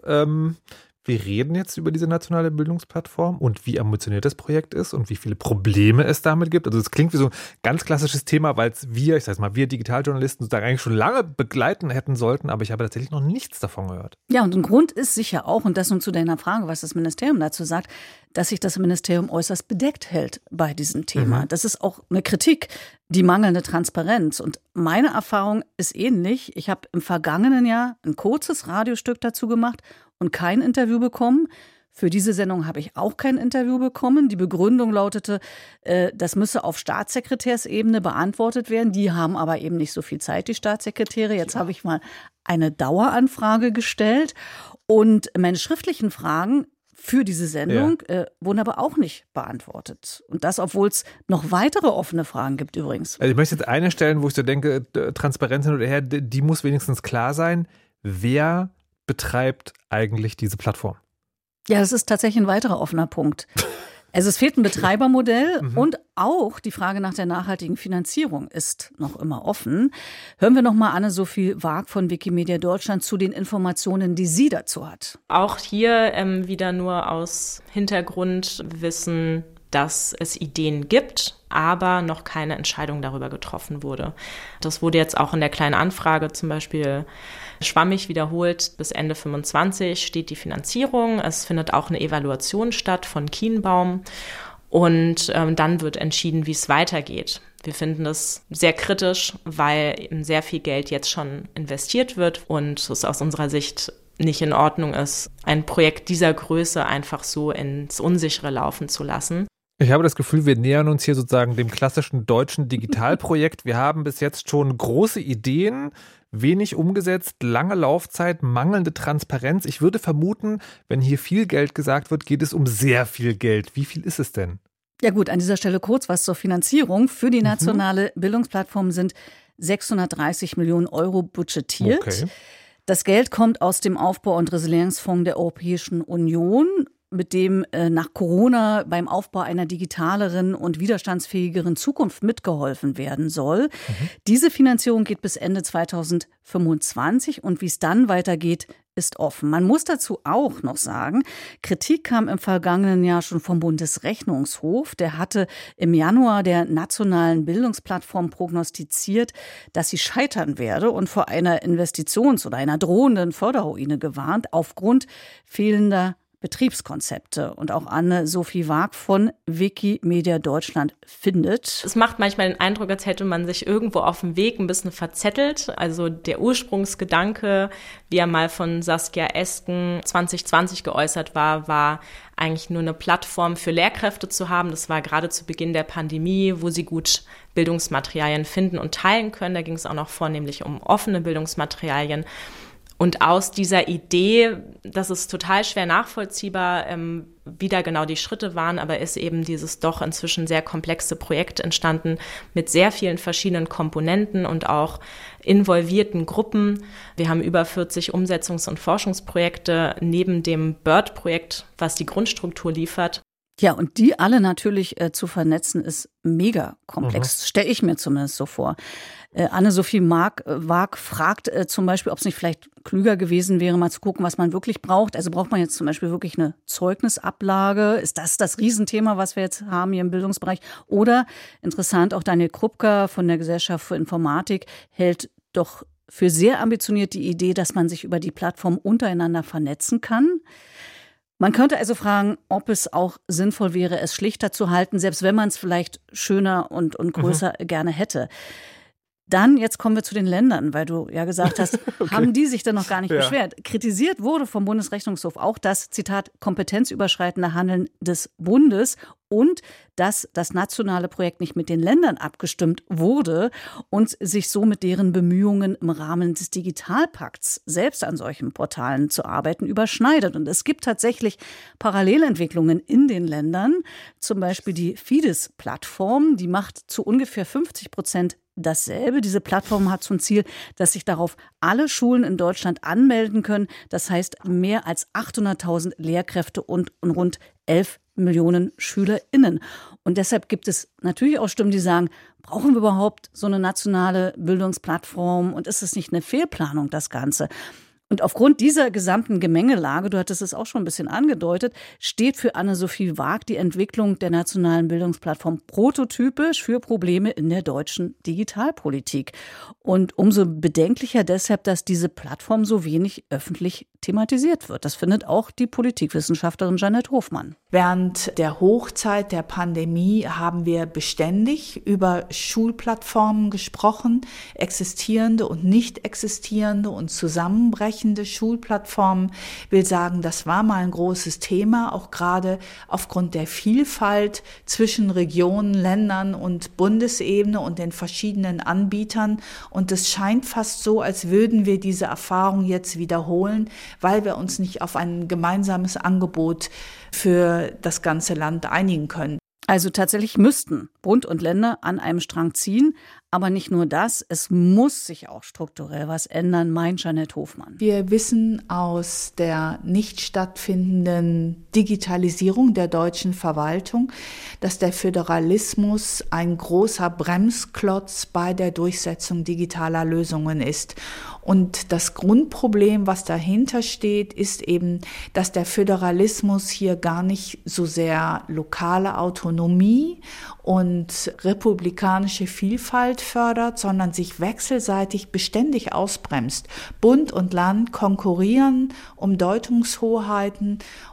wir reden jetzt über diese nationale Bildungsplattform und wie ambitioniert das Projekt ist und wie viele Probleme es damit gibt. Also es klingt wie so ein ganz klassisches Thema, weil es wir Digitaljournalisten sozusagen eigentlich schon lange begleiten hätten sollten, aber ich habe tatsächlich noch nichts davon gehört. Ja, und ein Grund ist sicher auch, und das nun zu deiner Frage, was das Ministerium dazu sagt, dass sich das Ministerium äußerst bedeckt hält bei diesem Thema. Das ist auch eine Kritik, die mangelnde Transparenz. Und meine Erfahrung ist ähnlich. Ich habe im vergangenen Jahr ein kurzes Radiostück dazu gemacht und kein Interview bekommen. Für diese Sendung habe ich auch kein Interview bekommen. Die Begründung lautete, das müsse auf Staatssekretärsebene beantwortet werden. Die haben aber eben nicht so viel Zeit, die Staatssekretäre. Jetzt habe ich mal eine Daueranfrage gestellt. Und meine schriftlichen Fragen für diese Sendung wurden aber auch nicht beantwortet. Und das, obwohl es noch weitere offene Fragen gibt übrigens. Also ich möchte jetzt eine stellen, wo ich so denke, Transparenz hin oder her, die muss wenigstens klar sein. Wer betreibt eigentlich diese Plattform? Ja, das ist tatsächlich ein weiterer offener Punkt. Also es fehlt ein Betreibermodell und auch die Frage nach der nachhaltigen Finanzierung ist noch immer offen. Hören wir noch mal Anne-Sophie Waag von Wikimedia Deutschland zu den Informationen, die sie dazu hat. Auch hier wieder nur aus Hintergrundwissen, dass es Ideen gibt, aber noch keine Entscheidung darüber getroffen wurde. Das wurde jetzt auch in der kleinen Anfrage zum Beispiel schwammig wiederholt. Bis Ende 2025 steht die Finanzierung. Es findet auch eine Evaluation statt von Kienbaum. Und dann wird entschieden, wie es weitergeht. Wir finden das sehr kritisch, weil sehr viel Geld jetzt schon investiert wird und es aus unserer Sicht nicht in Ordnung ist, ein Projekt dieser Größe einfach so ins Unsichere laufen zu lassen. Ich habe das Gefühl, wir nähern uns hier sozusagen dem klassischen deutschen Digitalprojekt. Wir haben bis jetzt schon große Ideen, wenig umgesetzt, lange Laufzeit, mangelnde Transparenz. Ich würde vermuten, wenn hier viel Geld gesagt wird, geht es um sehr viel Geld. Wie viel ist es denn? Ja gut, an dieser Stelle kurz was zur Finanzierung. Für die nationale Bildungsplattform sind 630 Millionen Euro budgetiert. Okay. Das Geld kommt aus dem Aufbau- und Resilienzfonds der Europäischen Union, mit dem nach Corona beim Aufbau einer digitaleren und widerstandsfähigeren Zukunft mitgeholfen werden soll. Diese Finanzierung geht bis Ende 2025 und wie es dann weitergeht, ist offen. Man muss dazu auch noch sagen, Kritik kam im vergangenen Jahr schon vom Bundesrechnungshof. Der hatte im Januar der nationalen Bildungsplattform prognostiziert, dass sie scheitern werde und vor einer Investitions- oder einer drohenden Förderruine gewarnt aufgrund fehlender Betriebskonzepte. Und auch Anne-Sophie Waag von Wikimedia Deutschland findet: Es macht manchmal den Eindruck, als hätte man sich irgendwo auf dem Weg ein bisschen verzettelt. Also der Ursprungsgedanke, wie er mal von Saskia Esken 2020 geäußert war, war eigentlich nur eine Plattform für Lehrkräfte zu haben. Das war gerade zu Beginn der Pandemie, wo sie gut Bildungsmaterialien finden und teilen können. Da ging es auch noch vornehmlich um offene Bildungsmaterialien. Und aus dieser Idee, das ist total schwer nachvollziehbar, wie da genau die Schritte waren, aber ist eben dieses doch inzwischen sehr komplexe Projekt entstanden mit sehr vielen verschiedenen Komponenten und auch involvierten Gruppen. Wir haben über 40 Umsetzungs- und Forschungsprojekte neben dem BIRD-Projekt, was die Grundstruktur liefert. Ja, und die alle natürlich zu vernetzen, ist mega komplex, stelle ich mir zumindest so vor. Anne-Sophie Waag fragt zum Beispiel, ob es nicht vielleicht klüger gewesen wäre, mal zu gucken, was man wirklich braucht. Also braucht man jetzt zum Beispiel wirklich eine Zeugnisablage? Ist das Riesenthema, was wir jetzt haben hier im Bildungsbereich? Oder, interessant, auch Daniel Krupka von der Gesellschaft für Informatik hält doch für sehr ambitioniert die Idee, dass man sich über die Plattform untereinander vernetzen kann. Man könnte also fragen, ob es auch sinnvoll wäre, es schlichter zu halten, selbst wenn man es vielleicht schöner und größer gerne hätte. Dann, jetzt kommen wir zu den Ländern, weil du ja gesagt hast, haben die sich denn noch gar nicht beschwert. Kritisiert wurde vom Bundesrechnungshof auch das, Zitat, kompetenzüberschreitende Handeln des Bundes und dass das nationale Projekt nicht mit den Ländern abgestimmt wurde und sich so mit deren Bemühungen im Rahmen des Digitalpakts selbst an solchen Portalen zu arbeiten überschneidet. Und es gibt tatsächlich Parallelentwicklungen in den Ländern, zum Beispiel die Fides-Plattform, die macht zu ungefähr 50% dasselbe. Diese Plattform hat zum Ziel, dass sich darauf alle Schulen in Deutschland anmelden können. Das heißt, mehr als 800.000 Lehrkräfte und rund 11 Millionen SchülerInnen. Und deshalb gibt es natürlich auch Stimmen, die sagen, brauchen wir überhaupt so eine nationale Bildungsplattform und ist es nicht eine Fehlplanung, das Ganze? Und aufgrund dieser gesamten Gemengelage, du hattest es auch schon ein bisschen angedeutet, steht für Anne-Sophie Waag die Entwicklung der nationalen Bildungsplattform prototypisch für Probleme in der deutschen Digitalpolitik. Und umso bedenklicher deshalb, dass diese Plattform so wenig öffentlich thematisiert wird. Das findet auch die Politikwissenschaftlerin Jeanette Hofmann. Während der Hochzeit der Pandemie haben wir beständig über Schulplattformen gesprochen, existierende und nicht existierende und zusammenbrechende Schulplattformen. Ich will sagen, das war mal ein großes Thema, auch gerade aufgrund der Vielfalt zwischen Regionen, Ländern und Bundesebene und den verschiedenen Anbietern. Und es scheint fast so, als würden wir diese Erfahrung jetzt wiederholen, weil wir uns nicht auf ein gemeinsames Angebot für das ganze Land einigen können. Also tatsächlich müssten Bund und Länder an einem Strang ziehen. Aber nicht nur das, es muss sich auch strukturell was ändern, meint Jeanette Hofmann. Wir wissen aus der nicht stattfindenden Digitalisierung der deutschen Verwaltung, dass der Föderalismus ein großer Bremsklotz bei der Durchsetzung digitaler Lösungen ist. Und das Grundproblem, was dahinter steht, ist eben, dass der Föderalismus hier gar nicht so sehr lokale Autonomie und republikanische Vielfalt fördert, sondern sich wechselseitig beständig ausbremst. Bund und Land konkurrieren um Deutungshoheiten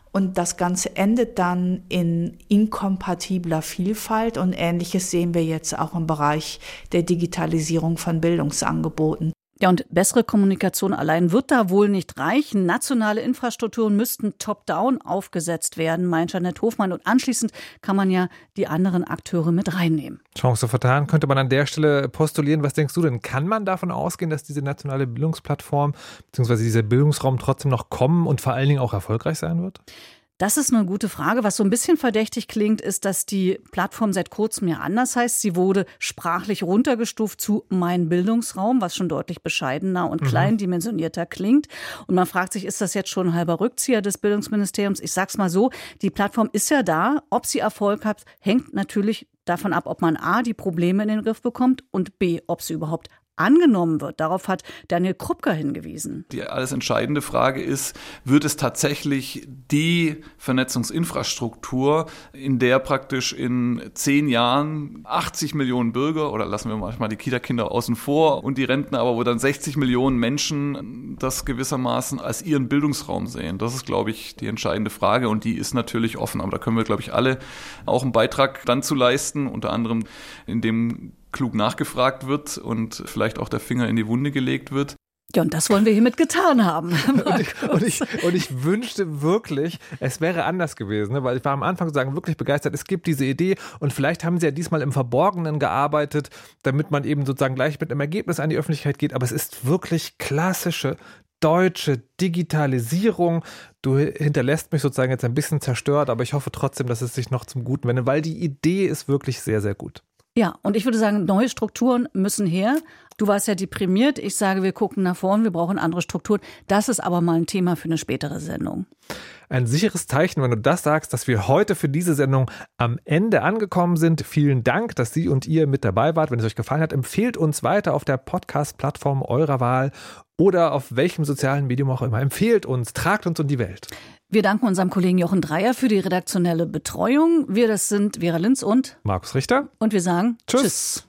Und das Ganze endet dann in inkompatibler Vielfalt. Und Ähnliches sehen wir jetzt auch im Bereich der Digitalisierung von Bildungsangeboten. Ja, und bessere Kommunikation allein wird da wohl nicht reichen. Nationale Infrastrukturen müssten top-down aufgesetzt werden, meint Jeanette Hofmann. Und anschließend kann man ja die anderen Akteure mit reinnehmen. Chance vertan, könnte man an der Stelle postulieren. Was denkst du denn? Kann man davon ausgehen, dass diese nationale Bildungsplattform bzw. dieser Bildungsraum trotzdem noch kommen und vor allen Dingen auch erfolgreich sein wird? Das ist eine gute Frage. Was so ein bisschen verdächtig klingt, ist, dass die Plattform seit kurzem ja anders heißt. Sie wurde sprachlich runtergestuft zu Mein Bildungsraum, was schon deutlich bescheidener und kleindimensionierter klingt. Und man fragt sich, ist das jetzt schon ein halber Rückzieher des Bildungsministeriums? Ich sag's mal so, die Plattform ist ja da. Ob sie Erfolg hat, hängt natürlich davon ab, ob man A, die Probleme in den Griff bekommt und B, ob sie überhaupt angenommen wird. Darauf hat Daniel Krupker hingewiesen. Die alles entscheidende Frage ist, wird es tatsächlich die Vernetzungsinfrastruktur, in der praktisch in 10 Jahren 80 Millionen Bürger, oder lassen wir manchmal die Kita-Kinder außen vor und die Rentner, aber wo dann 60 Millionen Menschen das gewissermaßen als ihren Bildungsraum sehen. Das ist, glaube ich, die entscheidende Frage und die ist natürlich offen. Aber da können wir, glaube ich, alle auch einen Beitrag dann zu leisten, unter anderem in dem klug nachgefragt wird und vielleicht auch der Finger in die Wunde gelegt wird. Ja, und das wollen wir hiermit getan haben. Und ich wünschte wirklich, es wäre anders gewesen, ne? Weil ich war am Anfang sozusagen wirklich begeistert. Es gibt diese Idee und vielleicht haben sie ja diesmal im Verborgenen gearbeitet, damit man eben sozusagen gleich mit einem Ergebnis an die Öffentlichkeit geht. Aber es ist wirklich klassische deutsche Digitalisierung. Du hinterlässt mich sozusagen jetzt ein bisschen zerstört, aber ich hoffe trotzdem, dass es sich noch zum Guten wendet, weil die Idee ist wirklich sehr, sehr gut. Ja, und ich würde sagen, neue Strukturen müssen her. Du warst ja deprimiert. Ich sage, wir gucken nach vorn, wir brauchen andere Strukturen. Das ist aber mal ein Thema für eine spätere Sendung. Ein sicheres Zeichen, wenn du das sagst, dass wir heute für diese Sendung am Ende angekommen sind. Vielen Dank, dass Sie und ihr mit dabei wart. Wenn es euch gefallen hat, empfehlt uns weiter auf der Podcast-Plattform eurer Wahl oder auf welchem sozialen Medium auch immer. Empfehlt uns, tragt uns in die Welt. Wir danken unserem Kollegen Jochen Dreier für die redaktionelle Betreuung. Wir, das sind Vera Linz und Markus Richter. Und wir sagen Tschüss.